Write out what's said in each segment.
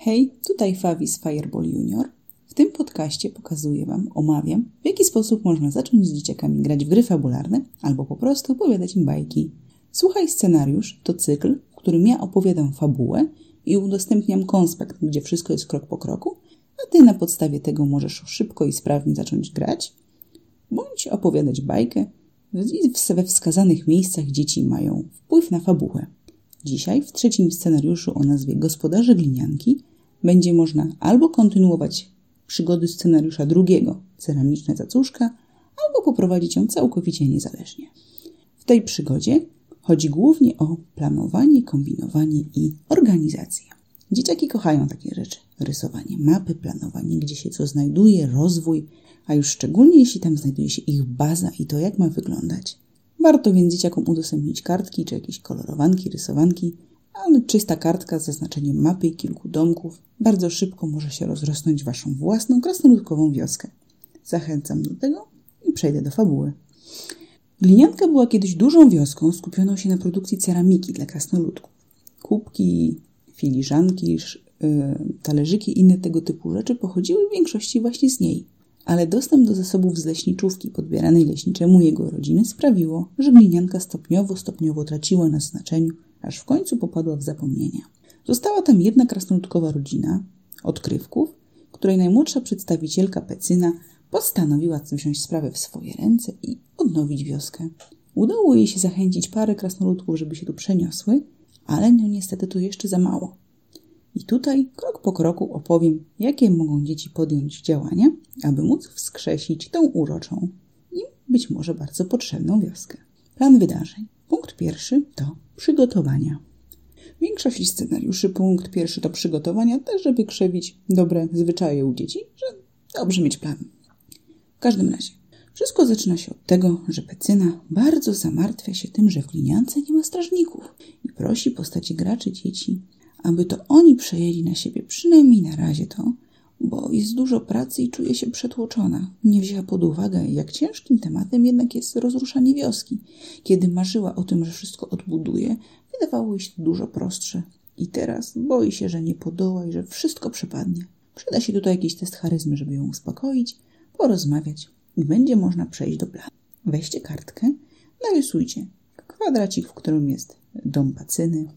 Hej, tutaj Fabi z Fireball Junior. W tym podcaście pokazuję Wam, omawiam, w jaki sposób można zacząć z dzieciakami grać w gry fabularne albo po prostu opowiadać im bajki. Słuchaj scenariusz to cykl, w którym ja opowiadam fabułę i udostępniam konspekt, gdzie wszystko jest krok po kroku, a Ty na podstawie tego możesz szybko i sprawnie zacząć grać, bądź opowiadać bajkę we wskazanych miejscach dzieci mają wpływ na fabułę. Dzisiaj w trzecim scenariuszu o nazwie Gospodarze Glinianki będzie można albo kontynuować przygody scenariusza drugiego, Ceramiczna cacuszka, albo poprowadzić ją całkowicie niezależnie. W tej przygodzie chodzi głównie o planowanie, kombinowanie i organizację. Dzieciaki kochają takie rzeczy. Rysowanie mapy, planowanie, gdzie się co znajduje, rozwój, a już szczególnie jeśli tam znajduje się ich baza i to, jak ma wyglądać. Warto więc dzieciakom udostępnić kartki czy jakieś kolorowanki, rysowanki, ale czysta kartka z zaznaczeniem mapy i kilku domków bardzo szybko może się rozrosnąć w Waszą własną krasnoludkową wioskę. Zachęcam do tego i przejdę do fabuły. Glinianka była kiedyś dużą wioską skupioną się na produkcji ceramiki dla krasnoludków. Kubki, filiżanki, talerzyki i inne tego typu rzeczy pochodziły w większości właśnie z niej. Ale dostęp do zasobów z leśniczówki podbieranej leśniczemu jego rodziny sprawiło, że Glinianka stopniowo traciła na znaczeniu, aż w końcu popadła w zapomnienie. Została tam jedna krasnoludkowa rodzina, odkrywków, której najmłodsza przedstawicielka Pecyna postanowiła wziąć sprawę w swoje ręce i odnowić wioskę. Udało jej się zachęcić parę krasnoludków, żeby się tu przeniosły, ale niestety to jeszcze za mało. I tutaj krok po kroku opowiem, jakie mogą dzieci podjąć działania, aby móc wskrzesić tą uroczą i być może bardzo potrzebną wioskę. Plan wydarzeń. Punkt pierwszy to przygotowania. Większość scenariuszy punkt pierwszy to przygotowania, też żeby krzewić dobre zwyczaje u dzieci, że dobrze mieć plan. W każdym razie, wszystko zaczyna się od tego, że Pecyna bardzo zamartwia się tym, że w Gliniance nie ma strażników i prosi postaci graczy dzieci, aby to oni przejęli na siebie przynajmniej na razie to, bo jest dużo pracy i czuje się przetłoczona. Nie wzięła pod uwagę, jak ciężkim tematem jednak jest rozruszanie wioski. Kiedy marzyła o tym, że wszystko odbuduje, wydawało jej się to dużo prostsze. I teraz boi się, że nie podoła i że wszystko przepadnie. Przyda się tutaj jakiś test charyzmy, żeby ją uspokoić, porozmawiać i będzie można przejść do planu. Weźcie kartkę, narysujcie kwadracik, w którym jest dom Pecyny,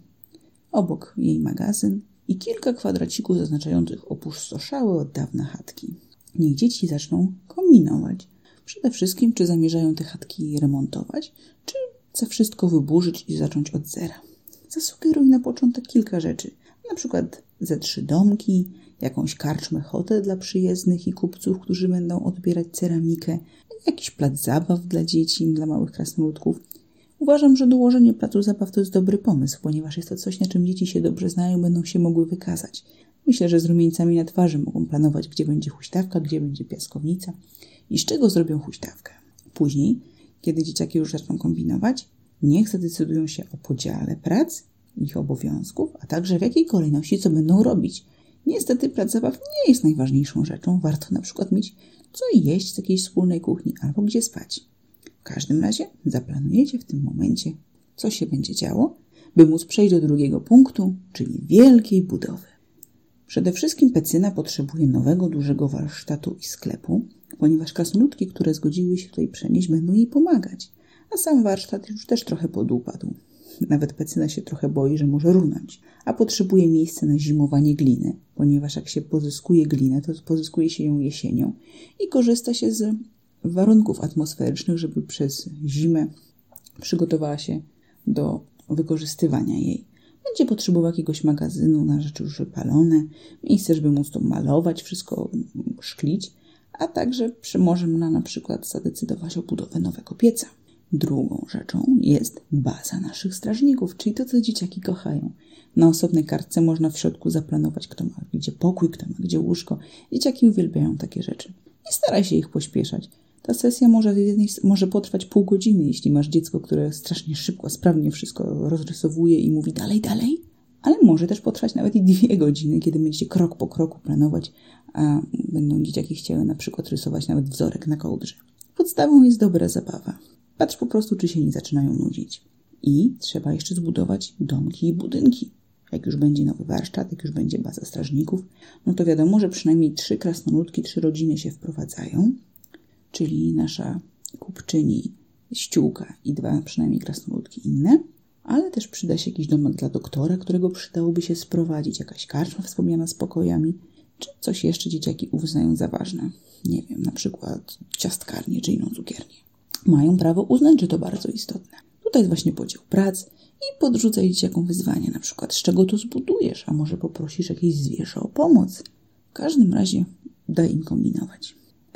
obok jej magazyn i kilka kwadracików zaznaczających opustoszałe od dawna chatki. Niech dzieci zaczną kombinować. Przede wszystkim, czy zamierzają te chatki remontować, czy chcą wszystko wyburzyć i zacząć od zera. Zasugeruj na początek kilka rzeczy. Na przykład ze 3 domki, jakąś karczmę, hotel dla przyjezdnych i kupców, którzy będą odbierać ceramikę, jakiś plac zabaw dla dzieci, dla małych krasnoludków. Uważam, że dołożenie placu zabaw to jest dobry pomysł, ponieważ jest to coś, na czym dzieci się dobrze znają, będą się mogły wykazać. Myślę, że z rumieńcami na twarzy mogą planować, gdzie będzie huśtawka, gdzie będzie piaskownica i z czego zrobią huśtawkę. Później, kiedy dzieciaki już zaczną kombinować, niech zadecydują się o podziale prac, ich obowiązków, a także w jakiej kolejności co będą robić. Niestety plac zabaw nie jest najważniejszą rzeczą. Warto na przykład mieć co jeść z jakiejś wspólnej kuchni albo gdzie spać. W każdym razie zaplanujecie w tym momencie, co się będzie działo, by móc przejść do drugiego punktu, czyli wielkiej budowy. Przede wszystkim Pecyna potrzebuje nowego, dużego warsztatu i sklepu, ponieważ krasnoludki, które zgodziły się tutaj przenieść, będą jej pomagać, a sam warsztat już też trochę podupadł. Nawet Pecyna się trochę boi, że może runąć, a potrzebuje miejsca na zimowanie gliny, ponieważ jak się pozyskuje glinę, to pozyskuje się ją jesienią i korzysta się z warunków atmosferycznych, żeby przez zimę przygotowała się do wykorzystywania jej. Będzie potrzebował jakiegoś magazynu na rzeczy już wypalone, miejsce, żeby móc to malować, wszystko szklić, a także może na przykład zadecydować o budowie nowego pieca. Drugą rzeczą jest baza naszych strażników, czyli to, co dzieciaki kochają. Na osobnej kartce można w środku zaplanować, kto ma gdzie pokój, kto ma gdzie łóżko. Dzieciaki uwielbiają takie rzeczy. Nie staraj się ich pośpieszać. Ta sesja może potrwać pół godziny, jeśli masz dziecko, które strasznie szybko, sprawnie wszystko rozrysowuje i mówi dalej, ale może też potrwać nawet i 2 godziny, kiedy będziecie krok po kroku planować, a będą dzieciaki chciały na przykład rysować nawet wzorek na kołdrze. Podstawą jest dobra zabawa. Patrz po prostu, czy się nie zaczynają nudzić. I trzeba jeszcze zbudować domki i budynki. Jak już będzie nowy warsztat, jak już będzie baza strażników, no to wiadomo, że przynajmniej 3 krasnoludki, 3 rodziny się wprowadzają, czyli nasza kupczyni, ściółka i 2 przynajmniej krasnoludki inne, ale też przyda się jakiś domek dla doktora, którego przydałoby się sprowadzić, jakaś karczma wspomniana z pokojami, czy coś jeszcze dzieciaki uznają za ważne. Nie wiem, na przykład ciastkarnię czy inną cukiernię. Mają prawo uznać, że to bardzo istotne. Tutaj jest właśnie podział prac i podrzucaj dzieciakom wyzwania, na przykład z czego to zbudujesz, a może poprosisz jakieś zwierzę o pomoc. W każdym razie daj im kombinować.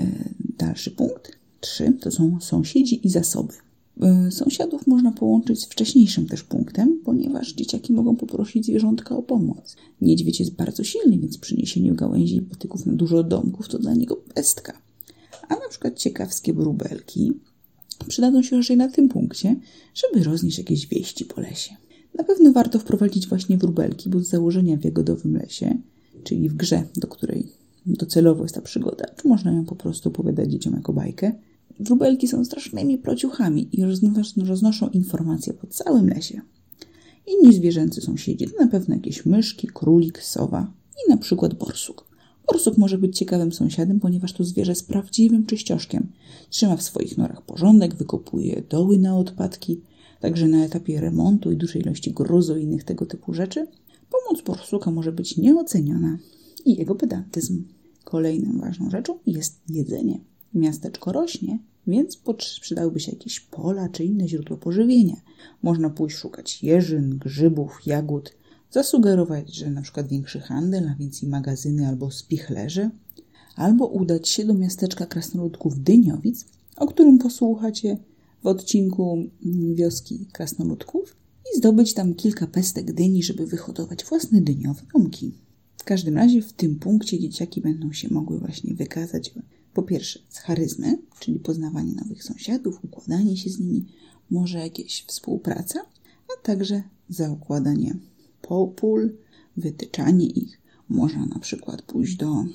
Dalszy punkt, 3, to są sąsiedzi i zasoby. Sąsiadów można połączyć z wcześniejszym też punktem, ponieważ dzieciaki mogą poprosić zwierzątka o pomoc. Niedźwiedź jest bardzo silny, więc przyniesienie gałęzi i patyków na dużo domków to dla niego pestka. A na przykład ciekawskie wróbelki przydadzą się raczej na tym punkcie, żeby roznieść jakieś wieści po lesie. Na pewno warto wprowadzić właśnie wróbelki, bo z założenia w jagodowym lesie, czyli w grze, do której docelowo jest ta przygoda, czy można ją po prostu opowiadać dzieciom jako bajkę, wróbelki są strasznymi prociuchami i roznoszą informacje po całym lesie. Inni zwierzęcy sąsiedzi to na pewno jakieś myszki, królik, sowa i na przykład borsuk. Borsuk może być ciekawym sąsiadem, ponieważ to zwierzę z prawdziwym czyścioszkiem. Trzyma w swoich norach porządek, wykopuje doły na odpadki, także na etapie remontu i dużej ilości gruzu i innych tego typu rzeczy pomoc borsuka może być nieoceniona i jego pedantyzm. Kolejną ważną rzeczą jest jedzenie. Miasteczko rośnie, więc przydałyby się jakieś pola czy inne źródło pożywienia. Można pójść szukać jeżyn, grzybów, jagód, zasugerować, że na przykład większy handel, a więc i magazyny albo spichlerze, albo udać się do miasteczka krasnoludków Dyniowic, o którym posłuchacie w odcinku Wioski Krasnoludków i zdobyć tam kilka pestek dyni, żeby wyhodować własne dyniowe domki. W każdym razie w tym punkcie dzieciaki będą się mogły właśnie wykazać po pierwsze z charyzmy, czyli poznawanie nowych sąsiadów, układanie się z nimi, może jakieś współpraca, a także zaukładanie pól, wytyczanie ich. Można na przykład pójść do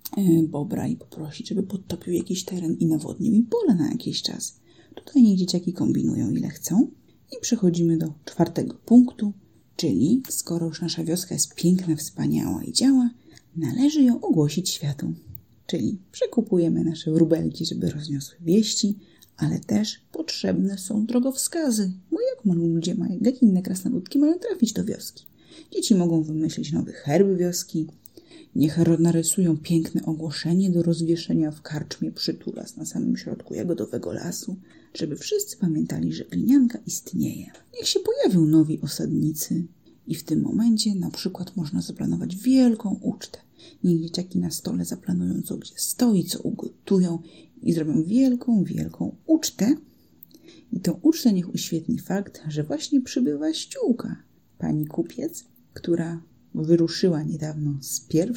bobra i poprosić, żeby podtopił jakiś teren i nawodnił im pole na jakiś czas. Tutaj niech dzieciaki kombinują ile chcą. I przechodzimy do 4. punktu, czyli skoro już nasza wioska jest piękna, wspaniała i działa, należy ją ogłosić światu. Czyli przekupujemy nasze wróbelki, żeby rozniosły wieści, ale też potrzebne są drogowskazy, bo jak inne krasnoludki mają trafić do wioski. Dzieci mogą wymyślić nowe herby wioski, niech narysują piękne ogłoszenie do rozwieszenia w karczmie Przytulas na samym środku jagodowego lasu, żeby wszyscy pamiętali, że glinianka istnieje. Niech się pojawią nowi osadnicy i w tym momencie na przykład można zaplanować wielką ucztę. Niech dzieciaki na stole zaplanują, co gdzie stoi, co ugotują i zrobią wielką, wielką ucztę. I tą ucztę niech uświetni fakt, że właśnie przybywa ściółka, pani kupiec, która wyruszyła niedawno z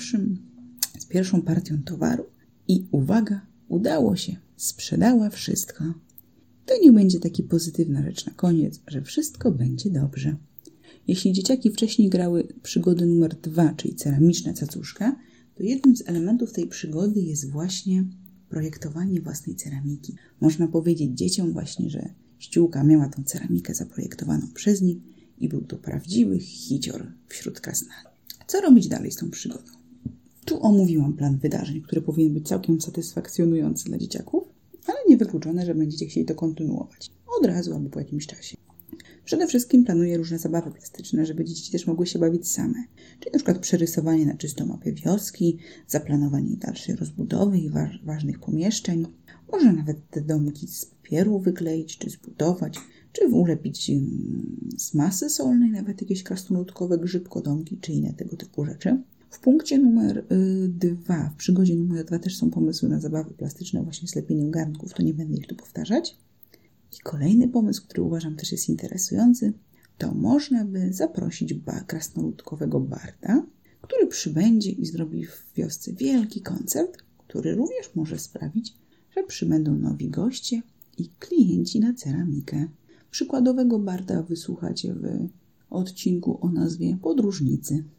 pierwszą partią towaru i uwaga, udało się, sprzedała wszystko. To niech będzie taka pozytywna rzecz na koniec, że wszystko będzie dobrze. Jeśli dzieciaki wcześniej grały przygodę numer 2, czyli ceramiczna cacuszka, to jednym z elementów tej przygody jest właśnie projektowanie własnej ceramiki. Można powiedzieć dzieciom właśnie, że ściółka miała tą ceramikę zaprojektowaną przez nich i był to prawdziwy hicior wśród krasnali. Co robić dalej z tą przygodą? Tu omówiłam plan wydarzeń, który powinien być całkiem satysfakcjonujący dla dzieciaków, ale niewykluczone, że będziecie chcieli to kontynuować. Od razu albo po jakimś czasie. Przede wszystkim planuję różne zabawy plastyczne, żeby dzieci też mogły się bawić same. Czyli na przykład przerysowanie na czysto mapie wioski, zaplanowanie dalszej rozbudowy i ważnych pomieszczeń. Można nawet te domki z papieru wykleić, czy zbudować, czy ulepić z masy solnej, nawet jakieś krasnoludkowe grzybkodomki, czy inne tego typu rzeczy. W punkcie numer 2, w przygodzie numer 2 też są pomysły na zabawy plastyczne właśnie z lepieniem garnków, to nie będę ich tu powtarzać. I kolejny pomysł, który uważam też jest interesujący, to można by zaprosić krasnoludkowego barda, który przybędzie i zrobi w wiosce wielki koncert, który również może sprawić, że przybędą nowi goście i klienci na ceramikę. Przykładowego barda wysłuchacie w odcinku o nazwie Podróżnicy.